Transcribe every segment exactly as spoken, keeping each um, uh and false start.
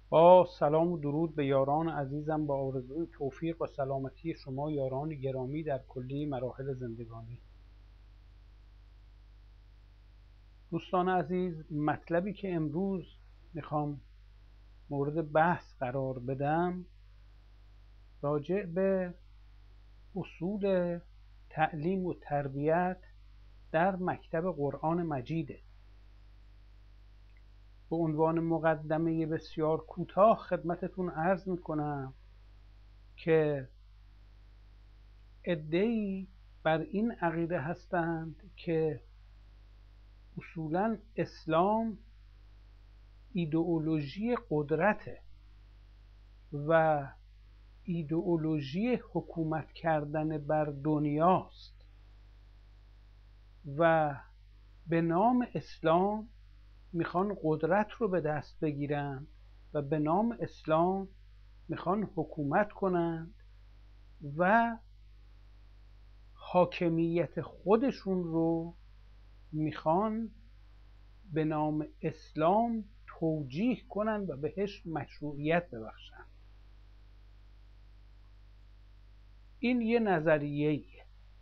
با سلام و درود به یاران عزیزم، با آرزوی توفیق و سلامتی شما یاران گرامی در کلی مراحل زندگانی. دوستان عزیز، مطلبی که امروز میخوام مورد بحث قرار بدم راجع به اصول تعلیم و تربیت در مکتب قرآن مجیده. به عنوان مقدمه بسیار کوتاه خدمتتون عرض میکنم که عده‌ای بر این عقیده هستند که اصولاً اسلام ایدئولوژی قدرته و ایدئولوژی حکومت کردن بر دنیاست و به نام اسلام میخوان قدرت رو به دست بگیرن و به نام اسلام میخوان حکومت کنند و حاکمیت خودشون رو میخوان به نام اسلام توجیه کنن و بهش مشروعیت ببخشن. این یه نظریه‌ایه.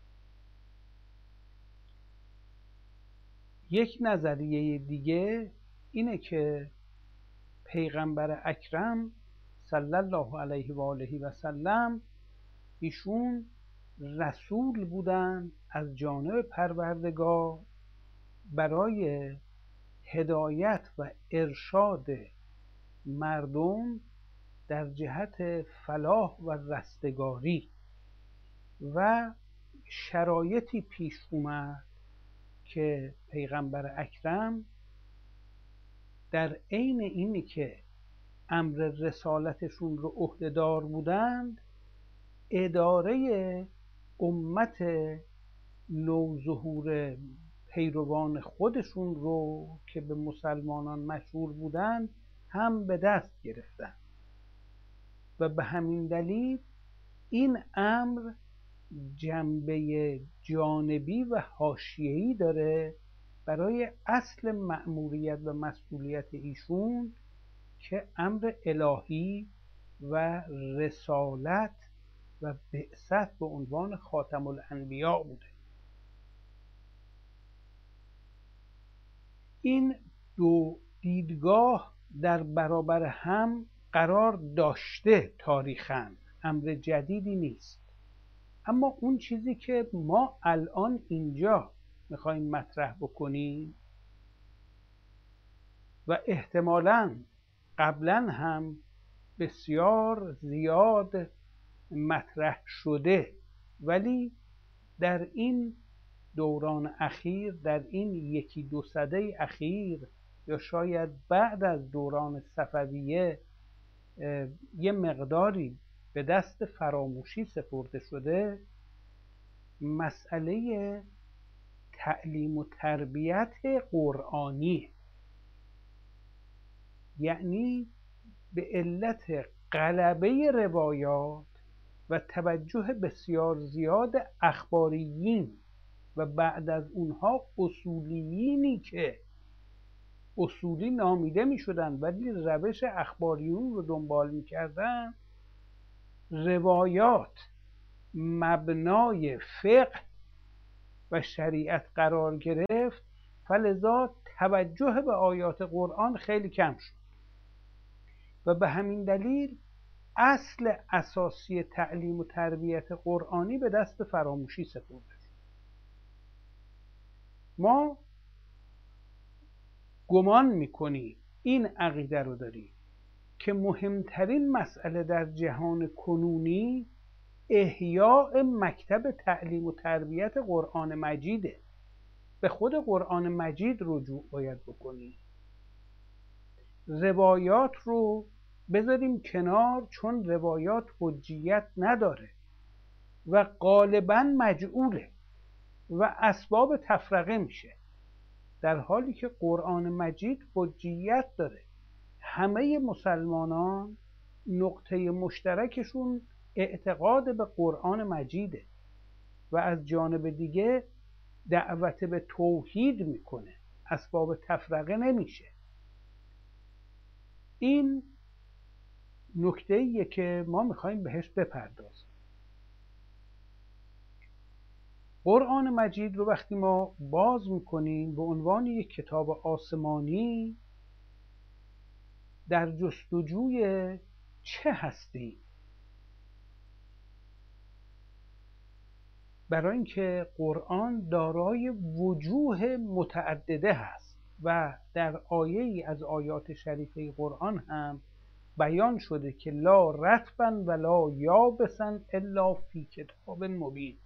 یک نظریه دیگه اینه که پیغمبر اکرم صلی الله علیه و آله و سلم ایشون رسول بودن از جانب پروردگار برای هدایت و ارشاد مردم در جهت فلاح و رستگاری و شرایطی پیش اومد که پیغمبر اکرم در عین اینی که امر رسالتشون رو عهده‌دار بودند، اداره امت نوظهور پیروان خودشون رو که به مسلمانان مشهور بودند هم به دست گرفتن و به همین دلیل این امر جنبه جانبی و حاشیه‌ای داره برای اصل مأموریت و مسئولیت ایشون که امر الهی و رسالت و بعثت به عنوان خاتم الانبیا بوده. این دو دیدگاه در برابر هم قرار داشته تاریخاً، امر جدیدی نیست. اما اون چیزی که ما الان اینجا میخوایم مطرح بکنیم و احتمالاً قبلا هم بسیار زیاد مطرح شده، ولی در این دوران اخیر، در این یکی دو سده اخیر یا شاید بعد از دوران صفویه یه مقداری به دست فراموشی سپرده شده، مسئله تعلیم و تربیت قرآنی. یعنی به علت غلبه روایات و توجه بسیار زیاد اخباریین و بعد از اونها اصولیینی که اصولی نامیده می شدن ولی روش اخباریون رو دنبال می کردن، روایات مبنای فقه و شریعت قرار گرفت، فلذا توجه به آیات قرآن خیلی کم شد و به همین دلیل اصل اساسی تعلیم و تربیت قرآنی به دست فراموشی سپرده شد. ما گمان میکنیم، این عقیده رو داریم که مهمترین مسئله در جهان کنونی احیاء مکتب تعلیم و تربیت قرآن مجیده. به خود قرآن مجید رجوع باید بکنیم. روایات رو بذاریم کنار، چون روایات حجیت نداره و غالباً مجعوله و اسباب تفرقه میشه، در حالی که قرآن مجید حجیت داره. همه مسلمانان نقطه مشترکشون اعتقاد به قرآن مجیده و از جانب دیگه دعوت به توحید میکنه، اسباب تفرقه نمیشه. این نکته ایه که ما میخوایم بهش بپردازیم. قرآن مجید رو وقتی ما باز میکنیم به عنوان یک کتاب آسمانی در جستجوی چه هستی؟ برای اینکه قرآن دارای وجوه متعدده هست و در آیه ای از آیات شریفه قرآن هم بیان شده که لا رطبا ولا یابسا الا فی کتاب مبین،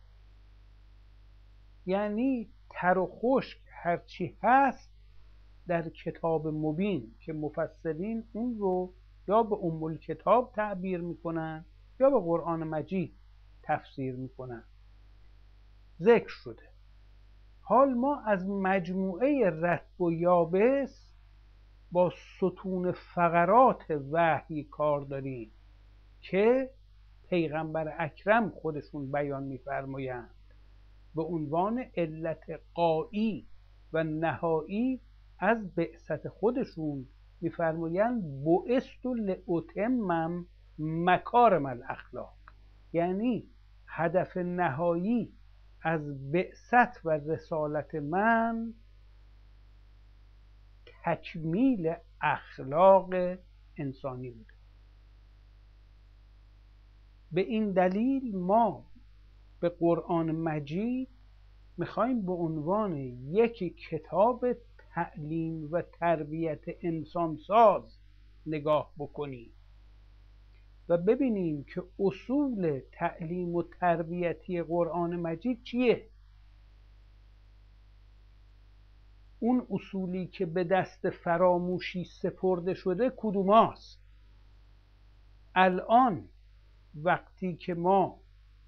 یعنی تر و خشک هرچی هست در کتاب مبین که مفسرین اون رو یا به ام الکتاب تعبیر میکنن یا به قرآن مجید تفسیر میکنن ذکر شده. حال ما از مجموعه رطب و یابس با ستون فقرات وحی کار داریم که پیغمبر اکرم خودشون بیان می‌فرمایند به عنوان علت غایی و نهایی از بعثت خودشون می‌فرمایند بعثت لأتمم مکارم الاخلاق، یعنی هدف نهایی از بعثت و رسالت من تکمیل اخلاق انسانی بوده. به این دلیل ما به قرآن مجید میخوایم به عنوان یک کتاب تعلیم و تربیت انسانساز نگاه بکنیم و ببینیم که اصول تعلیم و تربیتی قرآن مجید چیه. اون اصولی که به دست فراموشی سپرده شده کدوماست؟ الان وقتی که ما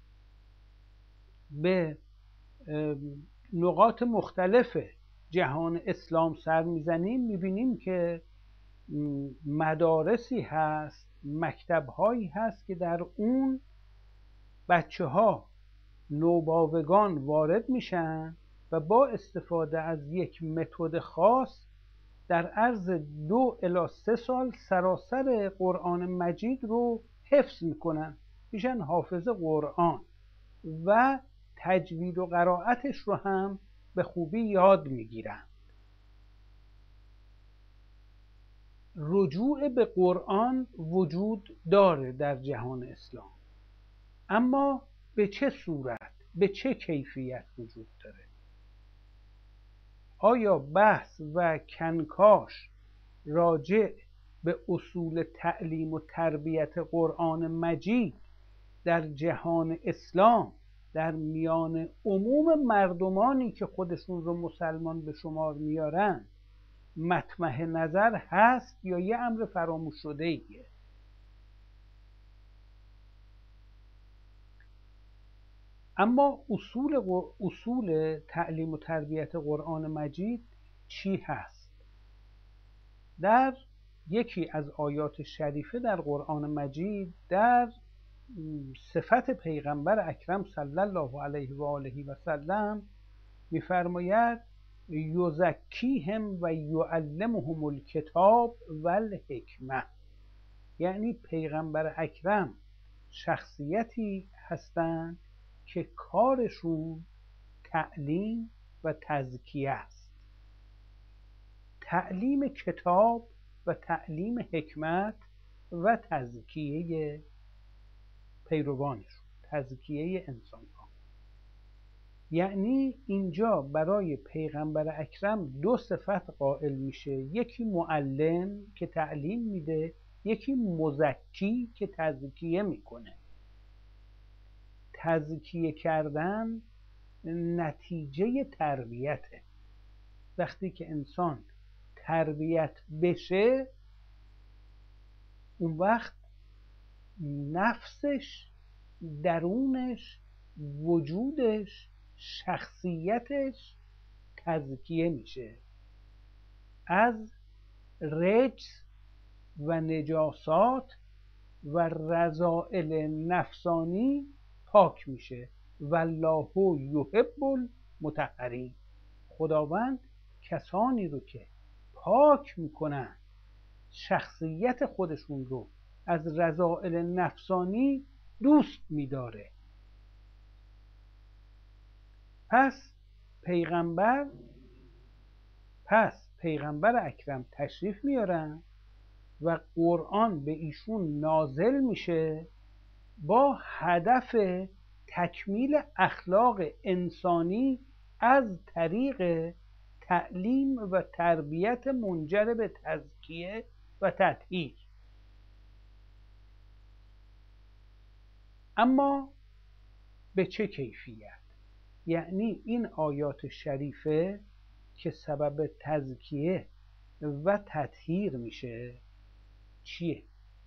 به نقاط مختلف جهان اسلام سر میزنیم میبینیم که مدارسی هست، مکتبهایی هست که در اون بچه ها نوباوگان وارد میشن و با استفاده از یک متد خاص در عرض دو الی سه سال سراسر قرآن مجید رو حفظ میکنن، میشن حافظ قرآن و تجوید و قرائتش رو هم به خوبی یاد میگیرن. رجوع به قرآن وجود داره در جهان اسلام، اما به چه صورت، به چه کیفیت وجود داره؟ آیا بحث و کنکاش راجع به اصول تعلیم و تربیت قرآن مجید در جهان اسلام در میان عموم مردمانی که خودشون رو مسلمان به شمار میارن مطمح نظر هست یا یه امر فراموش شده ایه؟ اما اصول, اصول تعلیم و تربیت قرآن مجید چی هست؟ در یکی از آیات شریفه در قرآن مجید در صفت پیغمبر اکرم صلی الله علیه و آله و سلم می‌فرماید یزکیهم و یعلمهم الکتاب و الحکمه، یعنی پیغمبر اکرم شخصیتی هستند که کارشون تعلیم و تزکیه است. تعلیم کتاب و تعلیم حکمت و تزکیه پیروانشون، تزکیه انسان ها. یعنی اینجا برای پیغمبر اکرم دو صفت قائل میشه، یکی معلم که تعلیم میده، یکی مزکی که تزکیه میکنه. تزکیه کردن نتیجه تربیته. وقتی که انسان تربیت بشه اون وقت نفسش، درونش، وجودش، شخصیتش تزکیه میشه، از رجس و نجاسات و رذائل نفسانی پاک میشه. والله یحب المطهرین، خداوند کسانی رو که پاک میکنن، شخصیت خودشون رو از رذائل نفسانی دوست می‌داره. پس پیغمبر پس پیغمبر اکرم تشریف میارن و قرآن به ایشون نازل میشه با هدف تکمیل اخلاق انسانی از طریق تعلیم و تربیت منجر به تزکیه و تطهیر. اما به چه کیفیت؟ یعنی این آیات شریفه که سبب تزکیه و تطهیر میشه چیه؟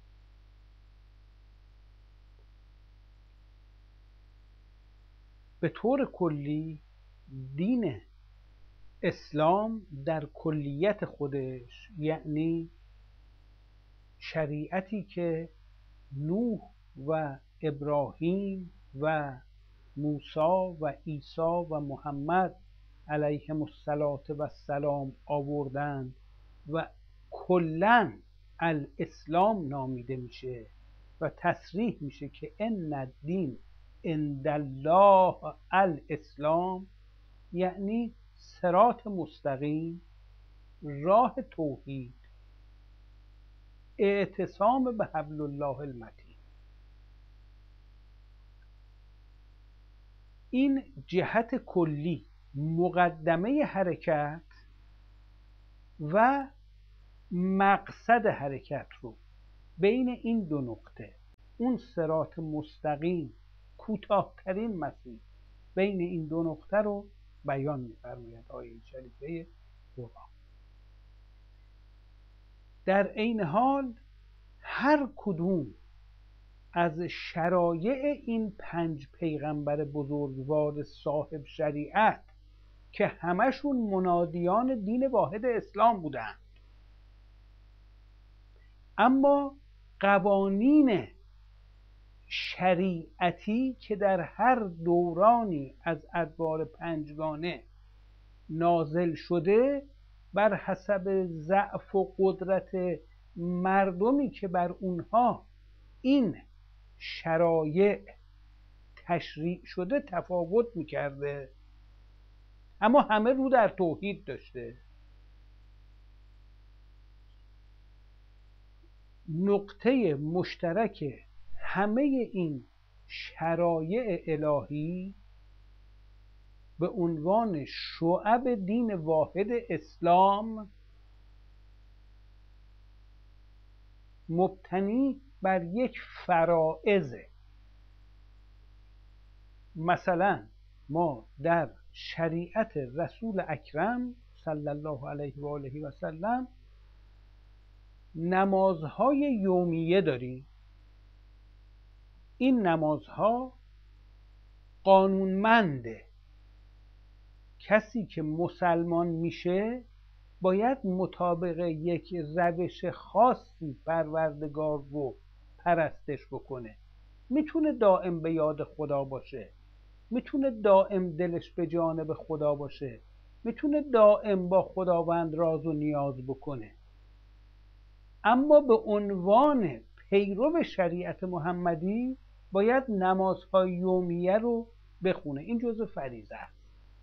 به طور کلی دین اسلام در کلیت خودش، یعنی شریعتی که نوح و ابراهیم و موسی و عیسی و محمد علیهم السلام آوردند و کلاً الاسلام نامیده میشه و تصریح میشه که ان الدین عند الله الاسلام، یعنی صراط مستقیم، راه توحید، اعتصام به حبل الله المتین. این جهت کلی، مقدمه حرکت و مقصد حرکت رو بین این دو نقطه، اون صراط مستقیم، کوتاه‌ترین مسیر بین این دو نقطه رو بیان می‌فرماید آیه شریفه قرآن. در عین حال هر کدوم از شرایع این پنج پیغمبر بزرگوار صاحب شریعت که همشون منادیان دین واحد اسلام بودند، اما قوانین شریعتی که در هر دورانی از ادوار پنجگانه نازل شده، بر حسب ضعف و قدرت مردمی که بر اونها این شرایع تشریع شده تفاوت میکرده، اما همه رو در توحید داشته. نقطه مشترک همه این شرایع الهی به عنوان شعب دین واحد اسلام مبتنی بر یک فرائضه. مثلا ما در شریعت رسول اکرم صلی الله علیه و آله و سلم نمازهای یومیه داریم. این نمازها قانونمنده. کسی که مسلمان میشه باید مطابق یک روش خاصی پروردگار رو پرستش بکنه. میتونه دائم به یاد خدا باشه، میتونه دائم دلش به جانب خدا باشه، میتونه دائم با خداوند راز و نیاز بکنه، اما به عنوان پیرو شریعت محمدی باید نمازهای یومیه رو بخونه. این جزء فریضه است.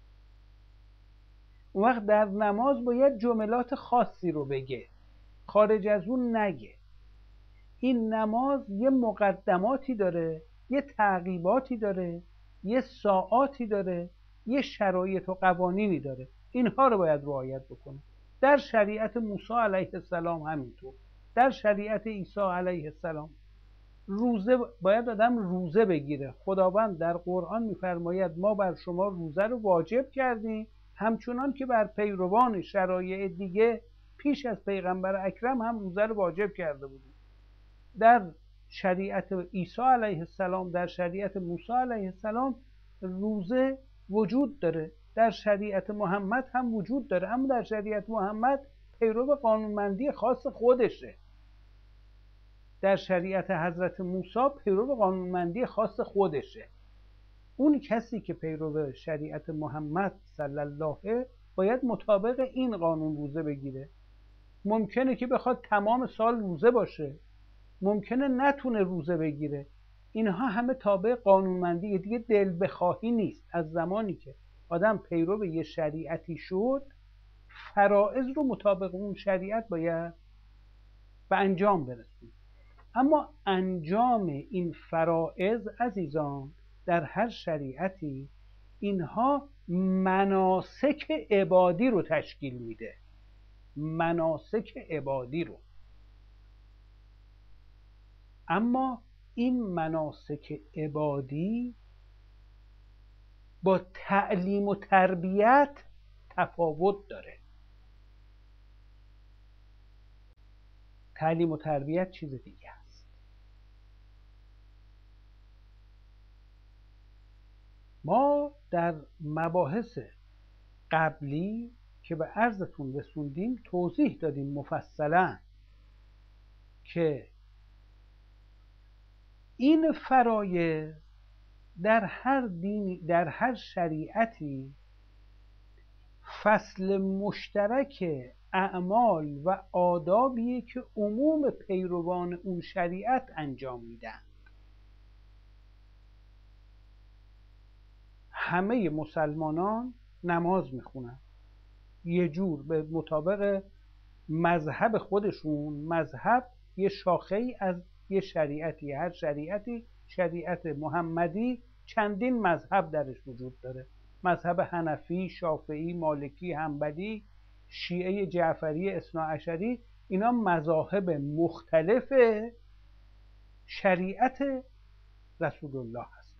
اون وقت در نماز باید جملات خاصی رو بگه، خارج از اون نگه. این نماز یه مقدماتی داره، یه تعقیباتی داره، یه ساعاتی داره، یه شرایط و قوانینی داره. اینها رو باید رعایت بکنه. در شریعت موسی علیه السلام همینطور، در شریعت عیسی علیه السلام روزه باید آدم روزه بگیره. خداوند در قرآن میفرماید ما بر شما روزه رو واجب کردیم، همچنان که بر پیروان شرایع دیگه پیش از پیغمبر اکرم هم روزه رو واجب کرده بودیم. در شریعت عیسی علیه السلام، در شریعت موسی علیه السلام روزه وجود داره، در شریعت محمد هم وجود داره، اما در شریعت محمد پیرو قانونمندی خاص خودشه. در شریعت حضرت موسی پیرو قانونمندی خاص خودشه. اون کسی که پیرو شریعت محمد صلی الله باید مطابق این قانون روزه بگیره. ممکنه که بخواد تمام سال روزه باشه، ممکنه نتونه روزه بگیره. اینها همه تابع قانونمندی دیگه، دل بخواهی نیست. از زمانی که آدم پیرو یه شریعتی شد، فرائض رو مطابق اون شریعت باید به انجام برسونه. اما انجام این فرائض عزیزان در هر شریعتی، اینها مناسک عبادی رو تشکیل میده، مناسک عبادی رو. اما این مناسک عبادی با تعلیم و تربیت تفاوت داره. تعلیم و تربیت چیز دیگه است. ما در مباحث قبلی که به عرضتون رسوندیم توضیح دادیم مفصلا که این فرایض در هر دینی، در هر شریعتی، فصل مشترک اعمال و آدابیه که عموم پیروان اون شریعت انجام میدن. همه مسلمانان نماز میخونن، یه جور به مطابق مذهب خودشون. مذهب یه شاخه ای از یه شریعتی، هر شریعتی، شریعت محمدی چندین مذهب درش وجود داره: مذهب حنفی، شافعی، مالکی، حنبلی، شیعه، جعفری، اثناعشری. اینا مذاهب مختلف شریعت رسول الله هست.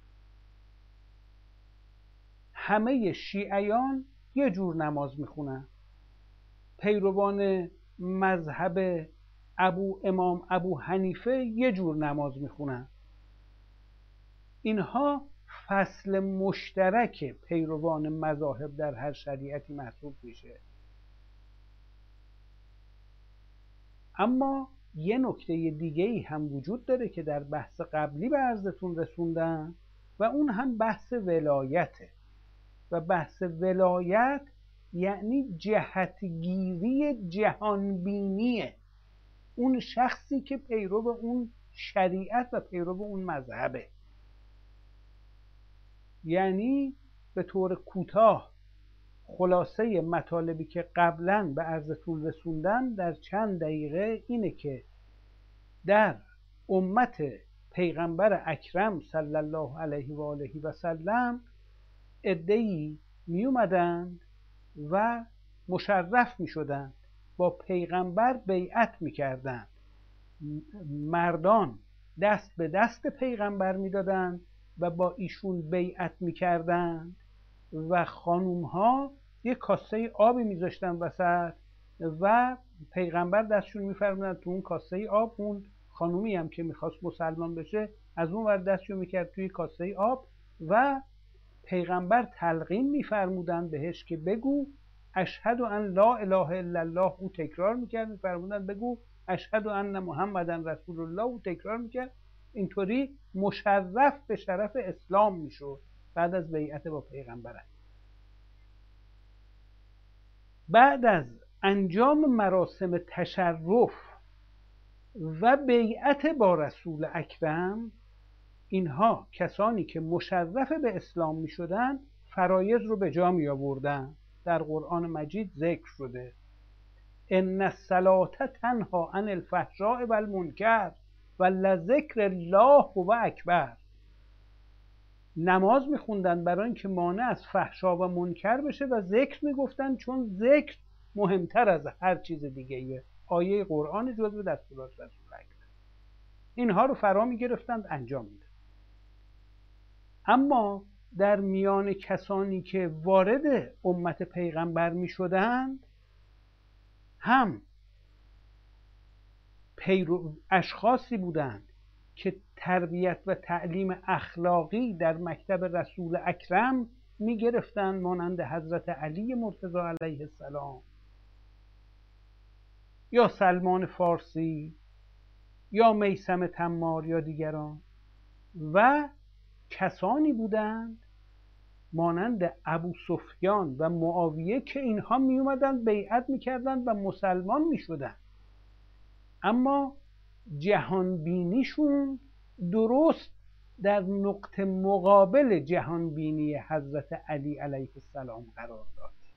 همه شیعیان یه جور نماز میخونن. پیروان مذهب ابو امام ابو حنیفه یه جور نماز میخونن. اینها فصل مشترک پیروان مذاهب در هر شریعتی محسوب میشه. اما یه نکته دیگه ای هم وجود داره که در بحث قبلی به عرضتون رسوندم و اون هم بحث ولایته. و بحث ولایت یعنی جهتگیری جهانبینیه اون شخصی که پیرو اون شریعت و پیرو اون مذهبه. یعنی به طور کوتاه خلاصه مطالبی که قبلا به عرضتون رسوندم در چند دقیقه اینه که در امت پیغمبر اکرم صلی الله علیه و آله و سلم عده‌ای می اومدند و مشرف می شدند، با پیغمبر بیعت می کردند. مردان دست به دست پیغمبر می دادند و با ایشون بیعت می کردند و خانوم ها یک کاسه آبی می ذاشتن وسط و پیغمبر دستشون می فرمودن تو اون کاسه آب. اون خانومی هم که می خواست مسلمان بشه از اون ور دستشون می کرد توی کاسه آب و پیغمبر تلقین می فرمودن بهش که بگو اشهد ان لا اله الا الله. او تکرار میکرد، می فرمودن بگو اشهد ان محمدن رسول الله. او تکرار میکرد. اینطوری مشرف به شرف اسلام میشد بعد از بیعت با پیغمبر. بعد از انجام مراسم تشرف و بیعت با رسول اکرم، اینها کسانی که مشرف به اسلام می شدن فرایض رو به جا می آوردن. در قرآن مجید ذکر شده ان الصلاة تنها عن الفحشاء و المنکر و لذکر الله هو اکبر. نماز می خوندن برای اینکه مانع از فحشا و منکر بشه و ذکر می گفتن چون ذکر مهمتر از هر چیز دیگه. آیه قرآن جزو دستورات رسول اکرم. اینها رو فرا می گرفتند، انجام می. اما در میان کسانی که وارد امت پیغمبر می شدند هم پیرو اشخاصی بودند که تربیت و تعلیم اخلاقی در مکتب رسول اکرم می گرفتند، مانند حضرت علی مرتضی علیه السلام یا سلمان فارسی یا میثم تمار یا دیگران، و کسانی بودند مانند ابو سفیان و معاویه که اینها می اومدند بیعت می کردند و مسلمان می شدند. اما جهانبینیشون درست در نقطه مقابل جهانبینی حضرت علی علیه السلام قرار داشت.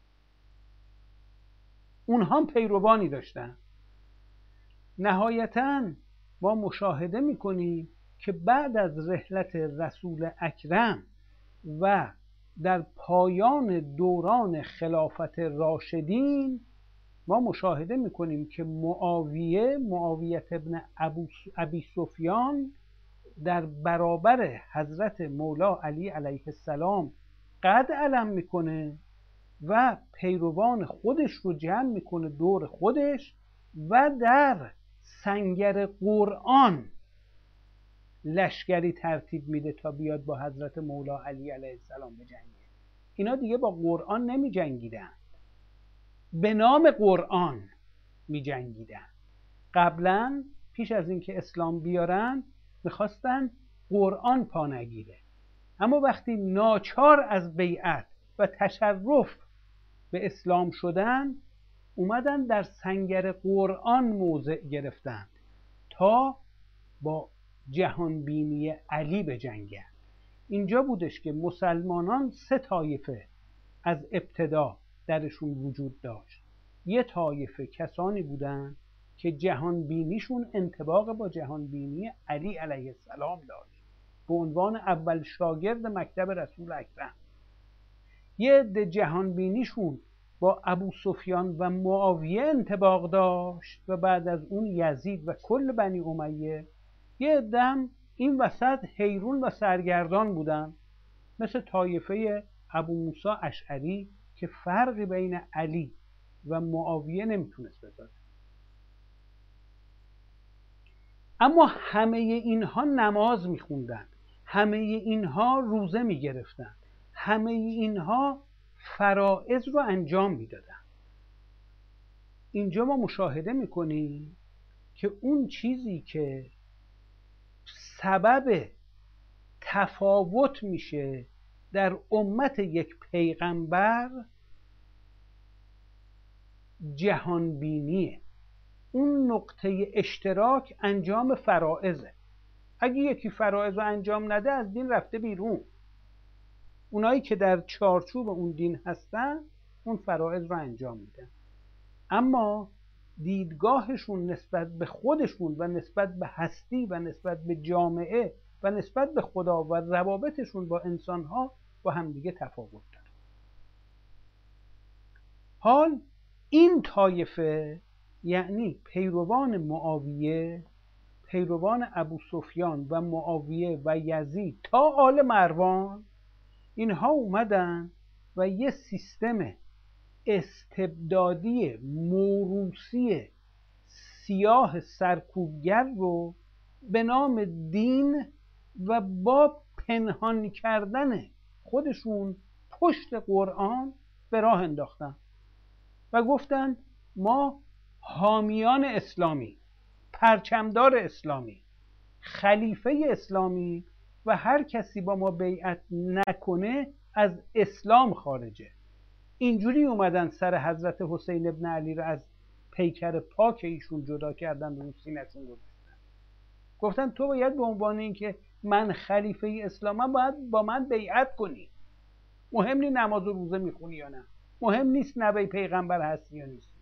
اونها هم پیروانی داشتن. نهایتاً ما مشاهده میکنیم که بعد از رحلت رسول اکرم و در پایان دوران خلافت راشدین ما مشاهده میکنیم که معاویه معاویه ابن ابی سفیان در برابر حضرت مولا علی علیه السلام قد علم میکنه و پیروان خودش رو جمع میکنه دور خودش و در سنگر قرآن لشکری ترتیب میده تا بیاد با حضرت مولا علی علیه السلام بجنگه. اینا دیگه با قرآن نمی جنگیدن، به نام قرآن می جنگیدن. قبلا پیش از اینکه اسلام بیارن میخواستن قرآن پا نگیره، اما وقتی ناچار از بیعت و تشرف به اسلام شدن اومدن در سنگر قرآن موضع گرفتند تا با جهانبینی علی بجنگن. اینجا بودش که مسلمانان سه طایفه از ابتدا درشون وجود داشت. یه طایفه کسانی بودن که جهانبینیشون انطباق با جهانبینی علی علیه السلام داشت، به عنوان اول شاگرد مکتب رسول اکرم. یه عده جهانبینیشون با ابو سفیان و معاویه انطباق داشت و بعد از اون یزید و کل بنی امیه. یه عده این وسط حیرون و سرگردان بودن، مثل طایفه ابو موسی اشعری که فرقی بین علی و معاویه نمیتونست بذاره. اما همه اینها نماز میخوندن، همه اینها روزه میگرفتن، همه اینها فرائض رو انجام میدادن. اینجا ما مشاهده میکنیم که اون چیزی که سبب تفاوت میشه در امت یک پیغمبر جهانبینیه. اون نقطه اشتراک انجام فرائضه. اگه یکی فرائض رو انجام نده از دین رفته بیرون. اونایی که در چارچوب اون دین هستن اون فرائض رو انجام میدن، اما دیدگاهشون نسبت به خودشون و نسبت به هستی و نسبت به جامعه و نسبت به خدا و روابطشون با انسانها با همدیگه تفاوت داره. حال این طایفه یعنی پیروان معاویه، پیروان ابو سفیان و معاویه و یزید تا آل مروان، اینها اومدن و یه سیستم استبدادی موروثی سیاه سرکوبگر رو به نام دین و با پنهان کردن خودشون پشت قرآن به راه انداختن و گفتن ما حامیان اسلامی، پرچمدار اسلامی، خلیفه اسلامی و هر کسی با ما بیعت نکنه از اسلام خارجه. اینجوری اومدن سر حضرت حسین ابن علی رو از پیکر پاک ایشون جدا کردن، رو سینه‌شون گذاشتن. گفتن تو باید به عنوان اینکه من خلیفه اسلامم باید با من بیعت کنی. مهم نیست نماز و روزه میخونی یا نه، مهم نیست نبی پیغمبر هستی یا نیست.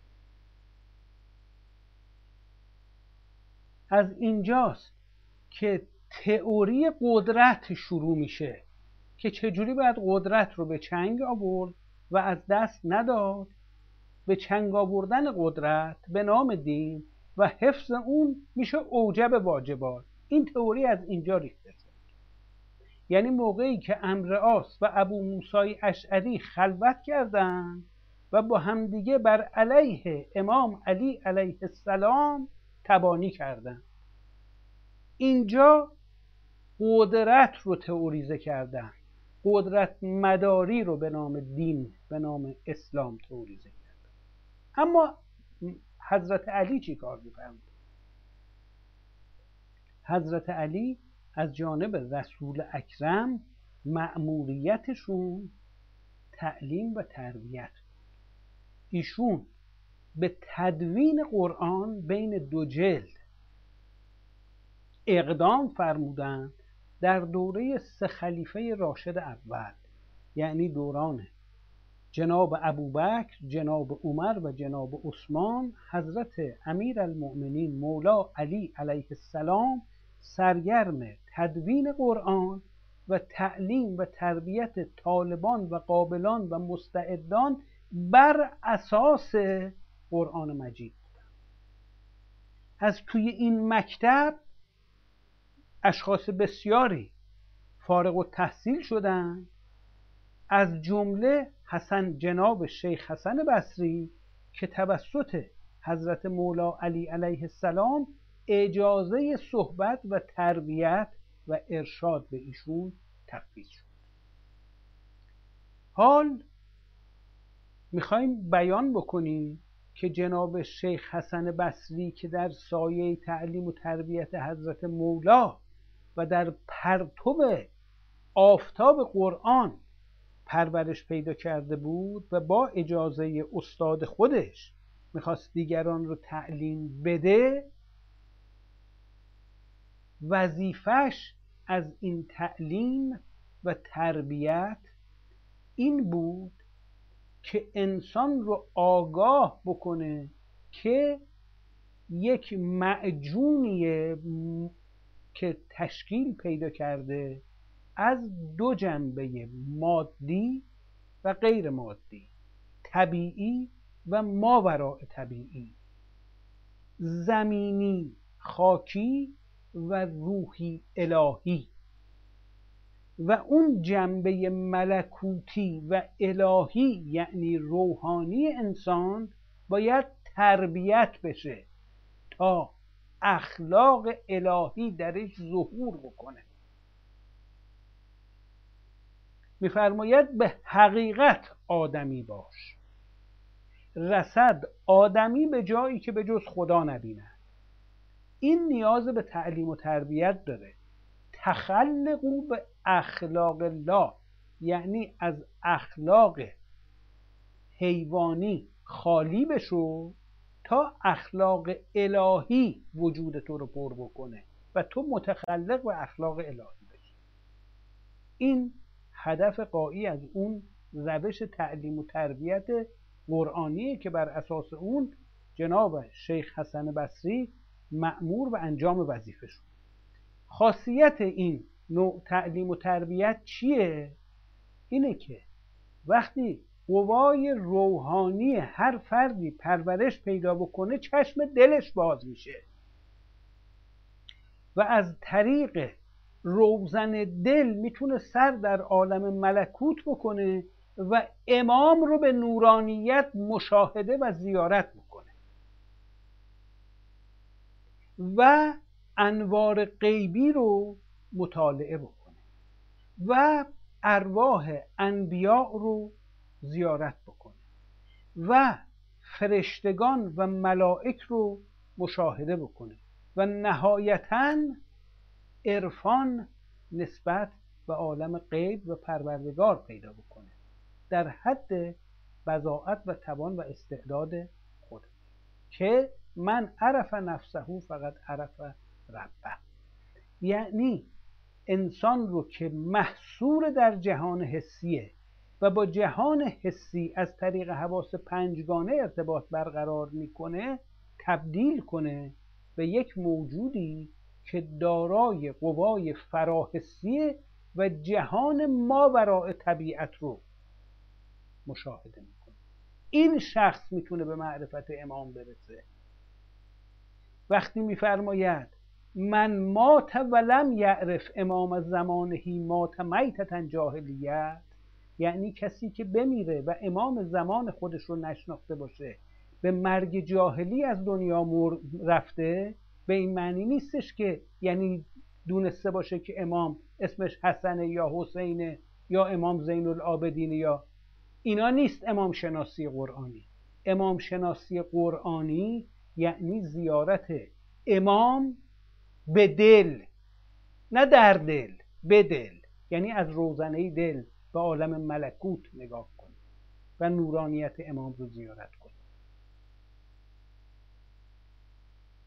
از اینجاست که تئوری قدرت شروع میشه که چجوری باید قدرت رو به چنگ آورد و از دست نداد. به چنگ آوردن قدرت به نام دین و حفظ اون میشه اوجب واجبات. این تئوری از اینجا ریخته شد. یعنی موقعی که عمرو عاص و ابو موسی اشعری خلوت کردن و با همدیگه بر علیه امام علی علیه السلام تبانی کردن، اینجا قدرت رو تئوریزه کردن، قدرت مداری رو به نام دین، به نام اسلام تئوریزه کردن. اما حضرت علی چی کار می‌فرمود؟ حضرت علی از جانب رسول اکرم مأموریتشون تعلیم و تربیت. ایشون به تدوین قرآن بین دو جلد اقدام فرمودند در دوره سه خلیفه راشد اول، یعنی دوران جناب ابوبکر، جناب عمر و جناب عثمان، حضرت امیرالمؤمنین مولا علی علیه السلام سرگرم تدوین قرآن و تعلیم و تربیت طالبان و قابلان و مستعدان بر اساس قرآن مجید بودند. از توی این مکتب اشخاص بسیاری فارغ التحصیل شدند، از جمله حسن جناب شیخ حسن بصری که توسط حضرت مولا علی علیه السلام اجازه صحبت و تربیت و ارشاد به ایشون تفویض شد. حال میخوایم بیان بکنیم که جناب شیخ حسن بصری که در سایه تعلیم و تربیت حضرت مولا و در پرتو آفتاب قرآن پرورش پیدا کرده بود و با اجازه استاد خودش میخواست دیگران رو تعلیم بده، وظیفش از این تعلیم و تربیت این بود که انسان رو آگاه بکنه که یک معجونیه که تشکیل پیدا کرده از دو جنبه مادی و غیر مادی، طبیعی و ماوراء طبیعی، زمینی خاکی و روحی الهی، و اون جنبه ملکوتی و الهی یعنی روحانی انسان باید تربیت بشه تا اخلاق الهی درش ظهور بکنه. میفرماید به حقیقت آدمی باش، رسد آدمی به جایی که به جز خدا نبینه. این نیاز به تعلیم و تربیت داره. تخلقوا به اخلاق الله، یعنی از اخلاق حیوانی خالی بشو تا اخلاق الهی وجود تو رو پر بکنه و تو متخلق به اخلاق الهی بشی. این هدف غایی از اون روش تعلیم و تربیت قرآنیه که بر اساس اون جناب شیخ حسن بصری مأمور به انجام وظیفه شد. خاصیت این نوع تعلیم و تربیت چیه؟ اینه که وقتی قوای روحانی هر فردی پرورش پیدا بکنه چشم دلش باز میشه و از طریق روزن دل میتونه سر در عالم ملکوت بکنه و امام رو به نورانیت مشاهده و زیارت بکنه و انوار غیبی رو مطالعه بکنه و ارواح انبیاء رو زیارت بکنه و فرشتگان و ملائک رو مشاهده بکنه و نهایتاً عرفان نسبت به عالم غیب و پروردگار پیدا بکنه در حد بضاعت و توان و استعداد خود، که من عرف نفسه فقط عرف ربه. یعنی انسان رو که محصور در جهان حسیه و با جهان حسی از طریق حواس پنجگانه ارتباط برقرار میکنه، تبدیل کنه به یک موجودی که دارای قوای فراحسیه و جهان ماوراء طبیعت رو مشاهده میکنه. این شخص میتونه به معرفت امام برسه. وقتی میفرماید من مات ولم یعرف امام زمانهی مات میتة جاهلیت، یعنی کسی که بمیره و امام زمان خودش رو نشناخته باشه به مرگ جاهلی از دنیا مر رفته، به این معنی نیستش که یعنی دونسته باشه که امام اسمش حسن یا حسین یا امام زین العابدین یا اینا نیست. امام شناسی قرآنی امام شناسی قرآنی یعنی زیارت امام به دل، نه در دل، به دل، یعنی از روزنه دل به عالم ملکوت نگاه کنید و نورانیت امام رو زیارت کنید.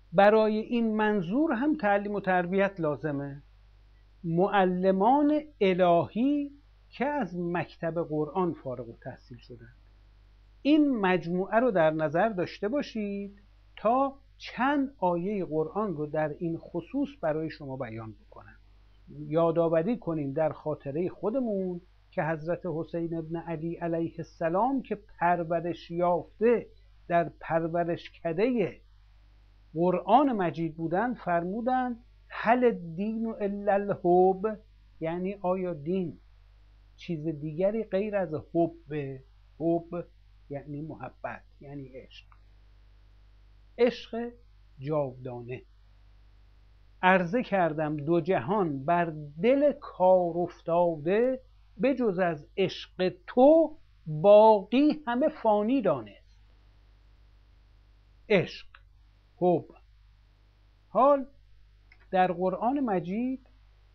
برای این منظور هم تعلیم و تربیت لازمه. معلمان الهی که از مکتب قرآن فارغ التحصیل شدن. این مجموعه رو در نظر داشته باشید تا چند آیه قرآن رو در این خصوص برای شما بیان بکنم. یادآوری کنیم در خاطره خودمون که حضرت حسین ابن علی علیه السلام که پرورش یافته در پرورشکده قرآن مجید بودن، فرمودن هل الدین الا الحب، یعنی آیا دین چیز دیگری غیر از حب؟ حب یعنی محبت، یعنی عشق، عشق جاودانه. عرضه کردم دو جهان بر دل کار افتاده، بجز از عشق تو باقی همه فانی دانست. عشق، حب. حال در قرآن مجید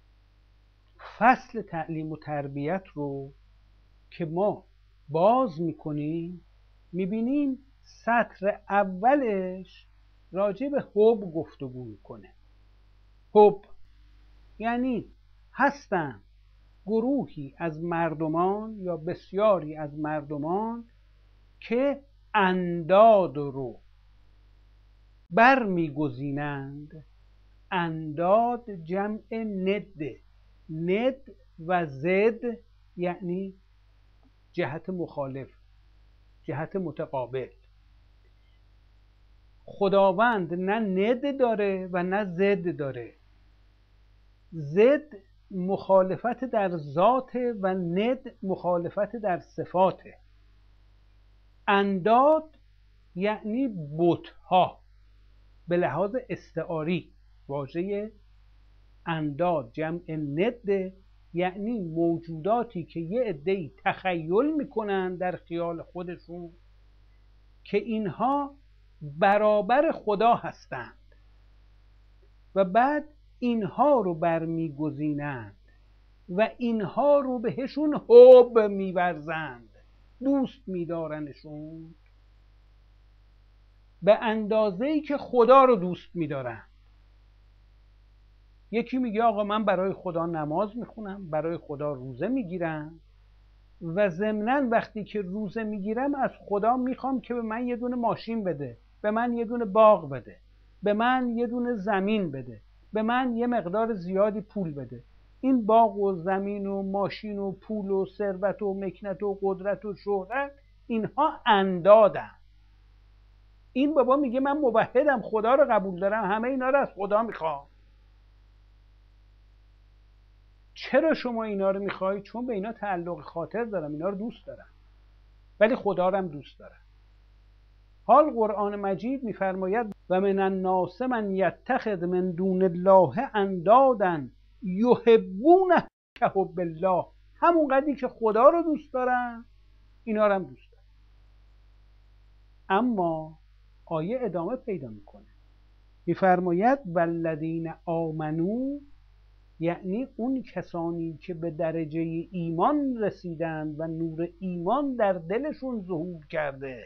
فصل تعلیم و تربیت رو که ما باز میکنیم میبینیم سطر اولش راجع به حب گفتگو میکنه. حب یعنی هستن گروهی از مردمان یا بسیاری از مردمان که انداد رو بر میگزینند. انداد جمع ند، ند و زد یعنی جهت مخالف، جهت متقابل. خداوند نه ند داره و نه زد داره. زد مخالفت در ذات و ند مخالفت در صفاته. انداد یعنی بت‌ها به لحاظ استعاری. واژه انداد جمع ند یعنی موجوداتی که یه عده‌ای تخیل میکنن در خیال خودشون که اینها برابر خدا هستند و بعد اینها رو برمیگزینند و اینها رو بهشون حب میورزند، دوست میدارنشون به اندازه‌ای که خدا رو دوست میدارن. یکی میگه آقا من برای خدا نماز میخونم، برای خدا روزه میگیرم و ضمناً وقتی که روزه میگیرم از خدا میخوام که به من یه دونه ماشین بده، به من یه دونه باغ بده، به من یه دونه زمین بده، به من یه مقدار زیادی پول بده. این باغ و زمین و ماشین و پول و ثروت و مکنت و قدرت و شهرت اینها اندادن. این بابا میگه من موحدم، خدا رو قبول دارم، همه اینا رو از خدا میخوام. چرا شما اینا رو میخوای؟ چون به اینا تعلق خاطر دارم، اینا رو دوست دارم، ولی خدا رو هم دوست دارم. حال قرآن مجید میفرماید و من الناس من یتخذ من دون الله اندادا یحبونه کحب الله. همون قدری که خدا رو دوست دارم اینا رو هم دوست دارم. اما آیه ادامه پیدا میکنه، میفرماید والذین آمنو، یعنی اون کسانی که به درجه ایمان رسیدند و نور ایمان در دلشون ظهور کرده،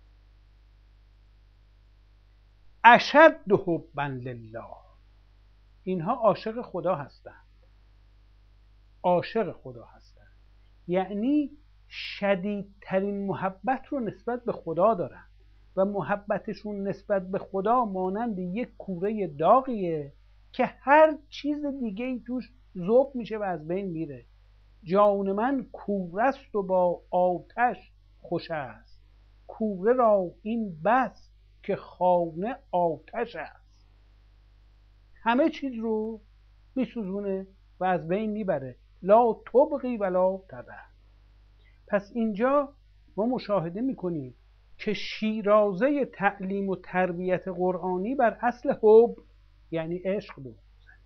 اشد حبا لله، اینها عاشق خدا هستند. عاشق خدا هستند یعنی شدیدترین محبت رو نسبت به خدا دارن و محبتشون نسبت به خدا مانند یک کوره داغیه که هر چیز دیگه ای توش ذوب میشه و از بین میره. جان من کوره است و با آتش خوش است، کوره را این بس که خانه آتش است. همه چیز رو میسوزونه و از بین میبره. لا تبقی ولا تذر. پس اینجا ما مشاهده میکنیم که شیرازه تعلیم و تربیت قرآنی بر اصل حب یعنی عشق بود.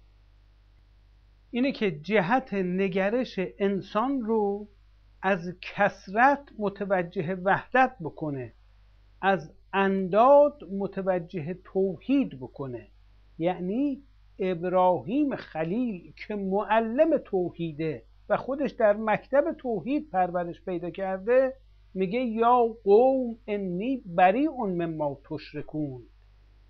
اینه که جهت نگرش انسان رو از کثرت متوجه وحدت بکنه، از انداد متوجه توحید بکنه. یعنی ابراهیم خلیل که معلم توحیده و خودش در مکتب توحید پرورش پیدا کرده، میگه یا قوم انی بریء مما تشرکون.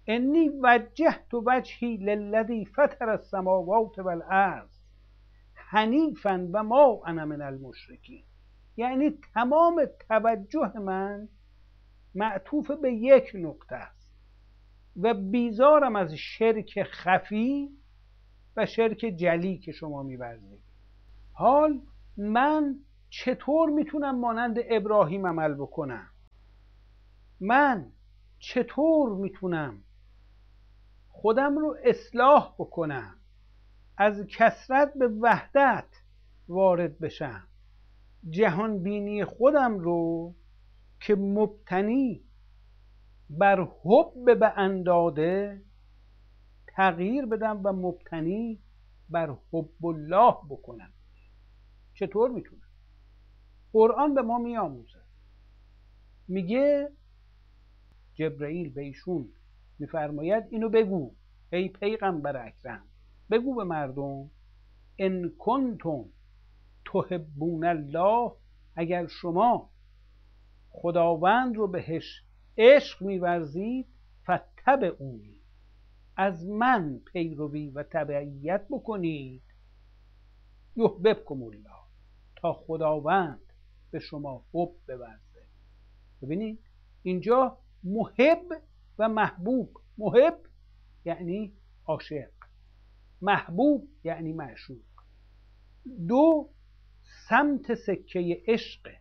انی وجهت وجهی للذی فطر السماوات والارض حنیفا و ما انا من المشرکین. یعنی تمام توجه من معطوف به یک نقطه است و بیزارم از شرک خفی و شرک جلی که شما می‌ورزید. حال من چطور میتونم مانند ابراهیم عمل بکنم؟ من چطور میتونم خودم رو اصلاح بکنم، از کثرت به وحدت وارد بشم، جهان بینی خودم رو که مبتنی بر حب به انداده تغییر بدم و مبتنی بر حب الله بکنم؟ چطور میتونم؟ قرآن به ما میآموزه، میگه جبرئیل به ایشون میفرماید اینو بگو ای پیغمبر اکرم، بگو به مردم ان کنتم تحبون الله، اگر شما خداوند رو بهش عشق می‌ورزید، فاتبعونی، از من پیروی و تبعیت بکنید، یحببکم الله، تا خداوند به شما حب بورزه. ببینید اینجا محب و محبوب، محب یعنی عاشق، محبوب یعنی معشوق، دو سمت سکه عشق،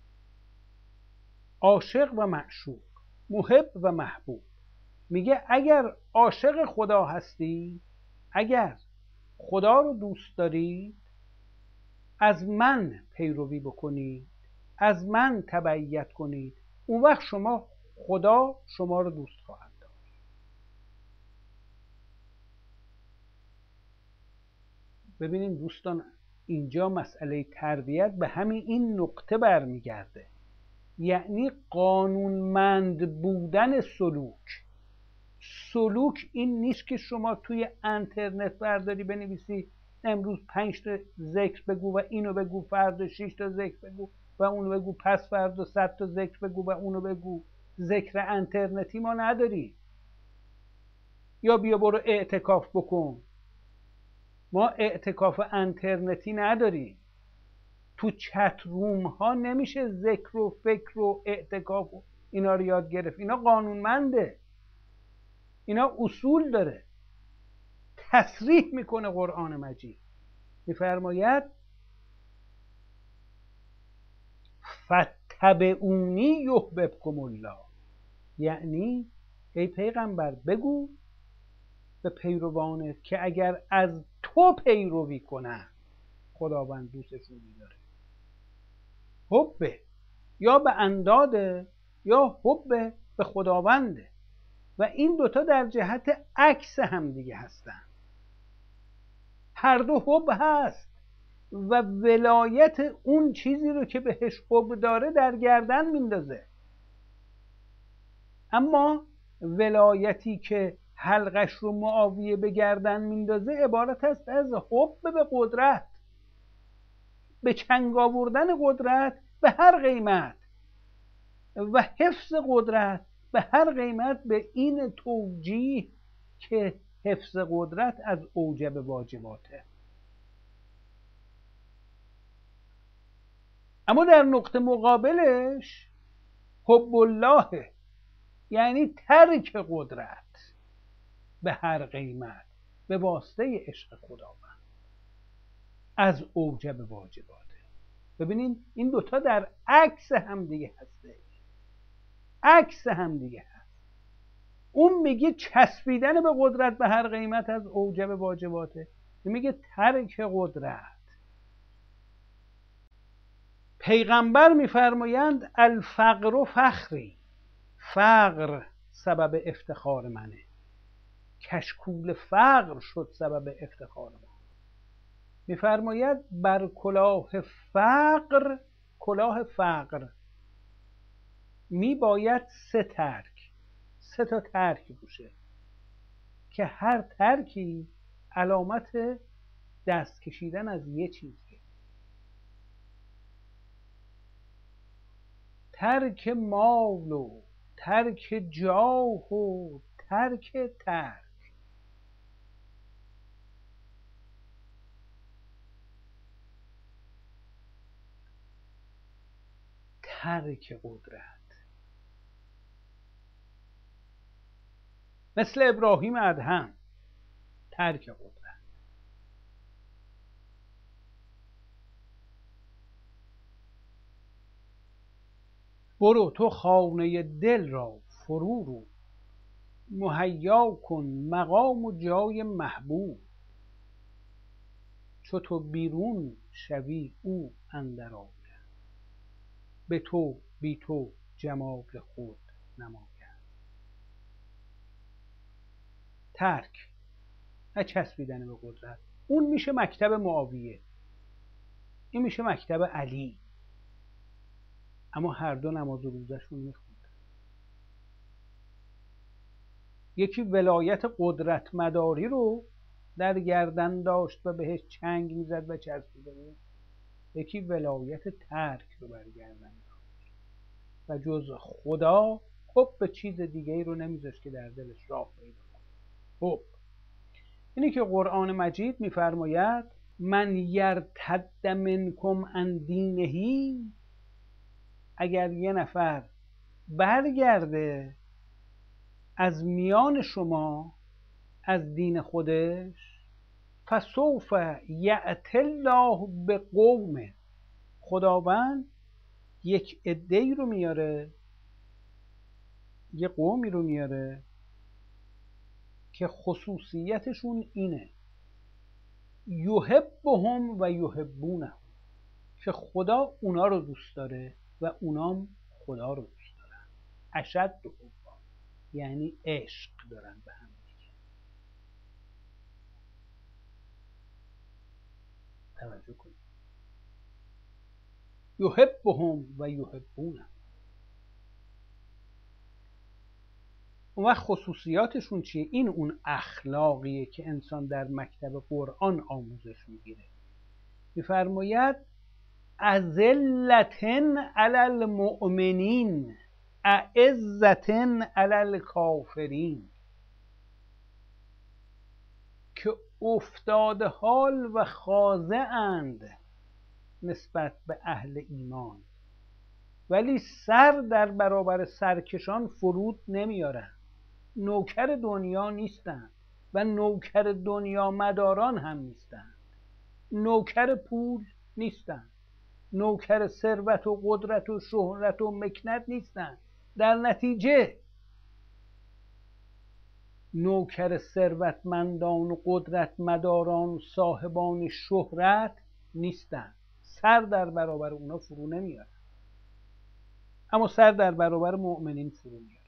عاشق و معشوق، محب و محبوب. میگه اگر عاشق خدا هستی، اگر خدا رو دوست دارید، از من پیروی بکنید، از من تبعیت کنید، اون وقت شما خدا شما رو دوست خواهد داشت. ببینید دوستان، اینجا مسئله تربیت به همین این نقطه برمیگرده، یعنی قانونمند بودن سلوک. سلوک این نیست که شما توی اینترنت برداری بنویسی امروز پنج تا ذکر بگو و اینو بگو، فردا شش تا ذکر بگو و اونو بگو، پس فردا صد تا ذکر بگو و اونو بگو. ذکر اینترنتی ما نداری. یا بیا برو اعتکاف بکن، ما اعتکاف اینترنتی نداریم. تو چت روم ها نمیشه ذکر و فکر و اعتکاف و اینا رو یاد گرفت. اینا قانونمنده، اینا اصول داره. تصریح میکنه قرآن مجید، میفرماید فاتبعونی یحببکم الله، یعنی ای پیغمبر بگو به پیروانت که اگر از تو پیروی کنن خداوند دوستشون می‌داره. حب یا به انداده یا حب به خداونده و این دوتا در جهت عکس هم دیگه هستن. هر دو حب هست و ولایت اون چیزی رو که بهش حب داره در گردن میندازه، اما ولایتی که حلقش رو معاویه به گردن میندازه عبارت است از حب به قدرت، به چنگ آوردن قدرت به هر قیمت و حفظ قدرت به هر قیمت، به این توجیه که حفظ قدرت از اوجب واجباته. اما در نقطه مقابلش حب الله، یعنی ترک قدرت به هر قیمت به واسطه عشق خداوند از اوجب واجباته. ببینید این دوتا در عکس هم دیگه هسته، عکس هم دیگه هست. اون میگه چسبیدن به قدرت به هر قیمت از اوجب واجباته، میگه ترک قدرت. پیغمبر میفرمایند الفقر فخری، فقر سبب افتخار منه، کشکول فقر شد سبب افتخار من. میفرماید بر کلاه فقر، کلاه فقر میباید سه ترک، سه تا ترک روشه که هر ترکی علامت دست کشیدن از یه چیزه. ترک مال و ترک جاه و ترک ترک. ترک قدرت، مثل ابراهیم ادهم، ترک قدرت. برو تو خانه دل را فرو رو، مهیا کن مقام و جای محبوب. چو تو بیرون شوی او اندر آید، به تو بی تو جمال خود نماید. ترک، نه چسبیدن به قدرت. اون میشه مکتب معاویه، این میشه مکتب علی، اما هر دو نماز و روزشون میخوند. یکی ولایت قدرت مداری رو در گردن داشت و بهش چنگ میزد و چسبیده بود، یکی ولایت ترک رو بر گردن داشت و جز خدا خب به چیز دیگه ای رو نمیذاشت که در دلش راه پیدا کنه. خب اینی که قرآن مجید میفرماید من یرتد منکم عن دینه، اگر یه نفر برگرده از میان شما از دین خودش، فسوف یأتی الله به قوم، خداوند یک عده‌ای رو میاره، یه قومی رو میاره که خصوصیتشون اینه یحبهم و یحبونه، که خدا اونا رو دوست داره و اونام خدا رو دوست دارن. اشد حبا یعنی عشق دارن به هم دیگه. توجه کنید، یحبهم و یحبونه. اون وقت خصوصیاتشون چیه؟ این اون اخلاقیه که انسان در مکتب قرآن آموزش میگیره. میفرماید اذلة علی المؤمنین اعزة علی الکافرین، که افتاده حال و خاضع‌اند نسبت به اهل ایمان، ولی سر در برابر سرکشان فرود نمیارن. نوکر دنیا نیستند و نوکر دنیا مداران هم نیستند، نوکر پول نیستند، نوکر ثروت و قدرت و شهرت و مکنت نیستند. در نتیجه نوکر ثروتمندان و قدرت مداران و صاحبان شهرت نیستند، سر در برابر اونا فرو نمیارن، اما سر در برابر مؤمنین فرو میارن.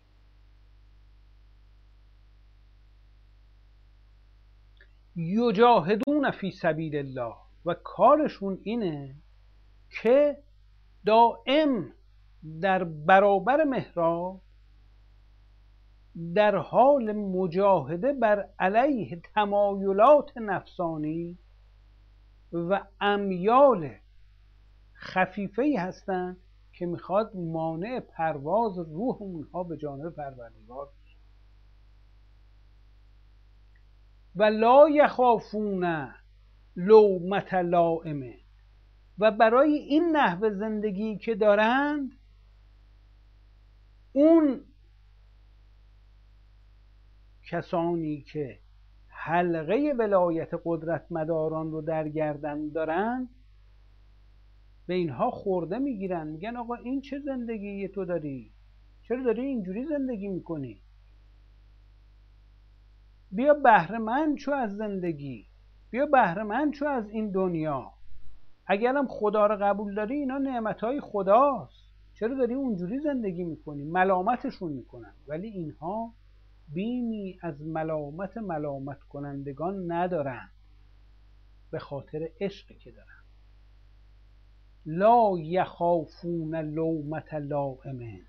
یجاهدون فی سبیل الله، و کارشون اینه که دائم در برابر محراب در حال مجاهده بر علیه تمایلات نفسانی و امیال خفیفه‌ای هستند که میخواد مانع پرواز روح اونها به جانب پروردگار بشه. و لا یخافون لومة لائم، و برای این نحو زندگی که دارند اون کسانی که حلقه ولایت قدرت مداران رو در گردن دارند به اینها خورده میگیرن، میگن آقا این چه زندگی تو داری؟ چرا داری اینجوری زندگی میکنی؟ بیا بهره مند شو از زندگی، بیا بهره مند شو از این دنیا. اگرم خدا رو قبول داری اینا نعمتهای خداست، چرا داری اونجوری زندگی میکنی؟ ملامتشون میکنن، ولی اینها بیمی از ملامت ملامت کنندگان ندارن، به خاطر عشقی که دارن. لا یخافون لومة لائم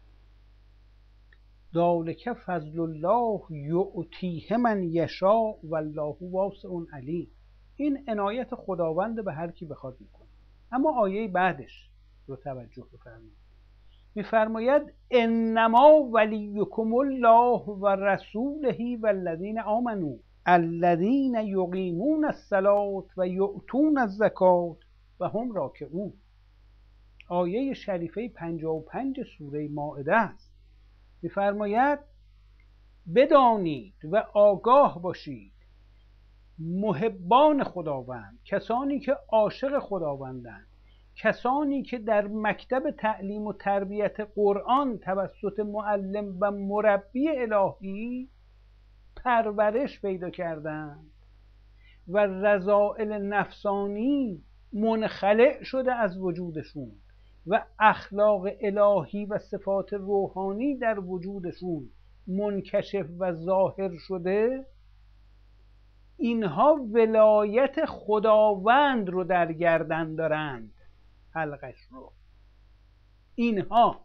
ذلک فضل الله یؤتیه من یشاء والله واسع علیم. این عنایت خداوند به هر کی بخواد میکنه. اما آیه بعدش رو توجه بفرمایید. میفرماید انما ولیکم الله و رسوله و الذین آمنوا الذین یقیمون الصلاة و یؤتون الزکاة و هم راکعون. آیه شریفه پنجاه و پنج سوره مائده است. میفرماید بدانید و آگاه باشید محبان خداوند، کسانی که عاشق خداوندند، کسانی که در مکتب تعلیم و تربیت قرآن توسط معلم و مربی الهی پرورش پیدا کردند و رذائل نفسانی منخلع شده از وجودشون و اخلاق الهی و صفات روحانی در وجودشون منکشف و ظاهر شده، اینها ولایت خداوند رو در گردن دارند، حلقش رو. اینها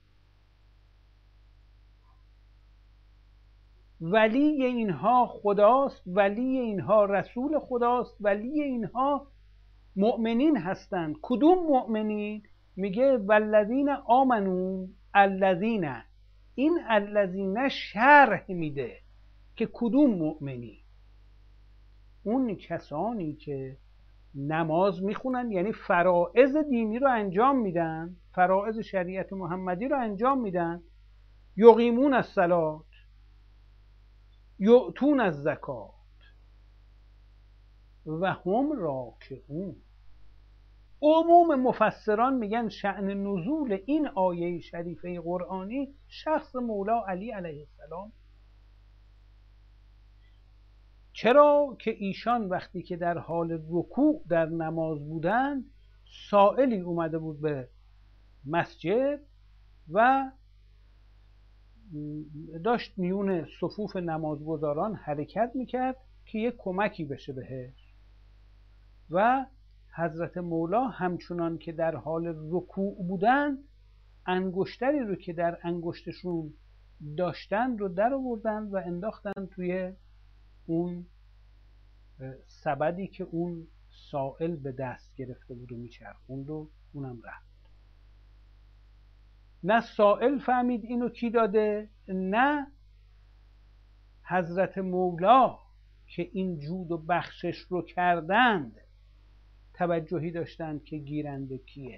ولی اینها خداست، ولی اینها رسول خداست، ولی اینها مؤمنین هستند. کدوم مؤمنین؟ میگه والذین آمنو الذین. این الذین شرح میده که کدوم مؤمنی. اون کسانی که نماز میخونن، یعنی فرائض دینی رو انجام میدن، فرائض شریعت محمدی رو انجام میدن، یقیمون الصلاة، یؤتون الزکات و هم راکعون. عموم مفسران میگن شأن نزول این آیه شریفه قرآنی شخص مولا علی علیه السلام. چرا که ایشان وقتی که در حال رکوع در نماز بودند، سائلی اومده بود به مسجد و داشت میون صفوف نمازگزاران حرکت میکرد که یک کمکی بشه بهش، و حضرت مولا همچنان که در حال رکوع بودن، انگشتری رو که در انگشتشون داشتن رو در آوردن و انداختن توی اون سبدی که اون سائل به دست گرفته بود و میچرخوند و اونم رفت. نه سائل فهمید اینو کی داده، نه حضرت مولا که این جود و بخشش رو کردند توجهی داشتند که گیرنده کیه.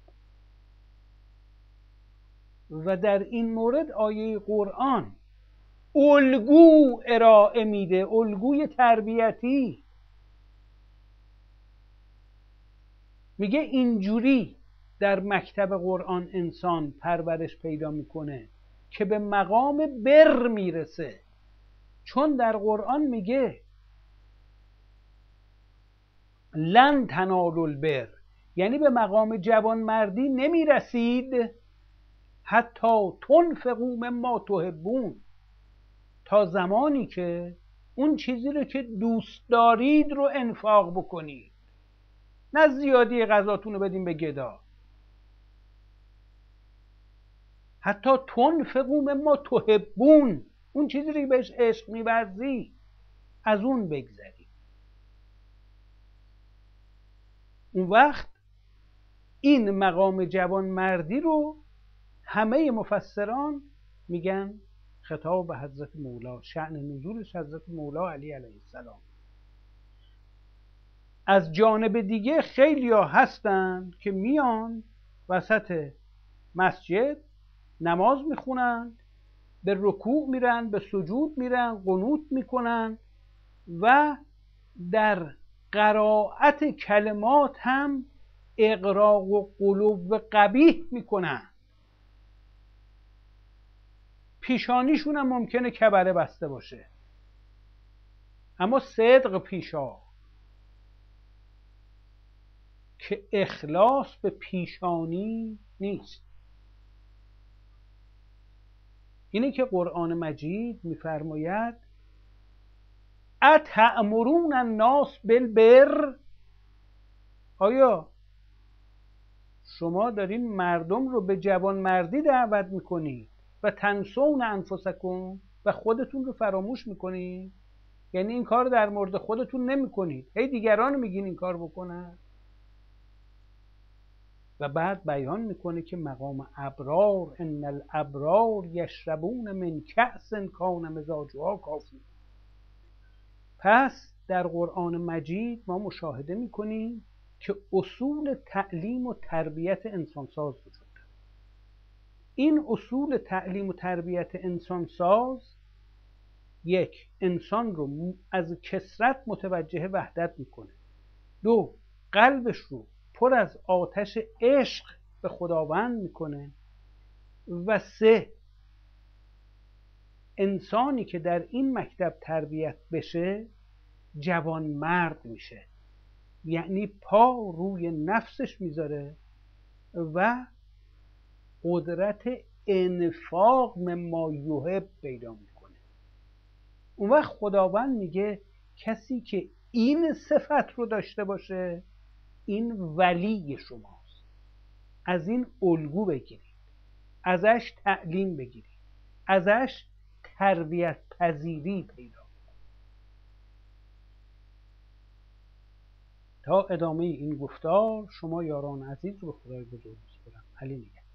و در این مورد آیه قرآن الگو ارائه میده، الگوی تربیتی. میگه اینجوری در مکتب قرآن انسان پرورش پیدا میکنه که به مقام بر میرسه. چون در قرآن میگه لن تنالوا البر، یعنی به مقام جوانمردی نمیرسید حتی تنفقوا مما تحبون، تا زمانی که اون چیزی رو که دوست دارید رو انفاق بکنید، نه زیادی غذاتون رو بدین به گدا. حتی تنفقوا مما تحبون، اون چیزی رو که بهش عشق می‌ورزی از اون بگذری. اون وقت این مقام جوانمردی رو همه مفسران میگن خطاب به حضرت مولا، شأن نزولش حضرت مولا علی علیه السلام. از جانب دیگه خیلی ها هستن که میان وسط مسجد نماز میخونن، به رکوع میرن، به سجود میرن، قنوت میکنن و در قرائت کلمات هم اغراق و قلوب قبیح میکنن. پیشانیشون هم ممکنه کبره بسته باشه، اما صدق پیشا که اخلاص به پیشانی نیست. اینه که قرآن مجید میفرماید اتأمرون الناس بالبر، آیا شما دارین مردم رو به جوانمردی دعوت میکنید و تنسون انفسکم، و خودتون رو فراموش میکنید؟ یعنی این کار در مورد خودتون نمیکنید، هی دیگران میگین این کار بکنن. و بعد بیان میکنه که مقام ابرار، ان الابرار یشربون من کأس کان مزاجها کافور. پس در قرآن مجید ما مشاهده میکنیم که اصول تعلیم و تربیت انسانساز وجود داره. این اصول تعلیم و تربیت انسانساز یک، انسان رو از کثرت متوجه وحدت میکنه. دو، قلبش رو پر از آتش عشق به خداوند میکنه. و سه، انسانی که در این مکتب تربیت بشه جوان مرد میشه، یعنی پا روی نفسش میذاره و قدرت انفاق مما یحب پیدا میکنه. اون وقت خداوند میگه کسی که این صفت رو داشته باشه این ولی شماست. از این الگو بگیرید، ازش تعلیم بگیرید، ازش تربیت پذیری پیدا کنید. تا ادامه این گفتار شما یاران عزیز رو به خدای بزرگ می‌سپارم. علی نگهدار.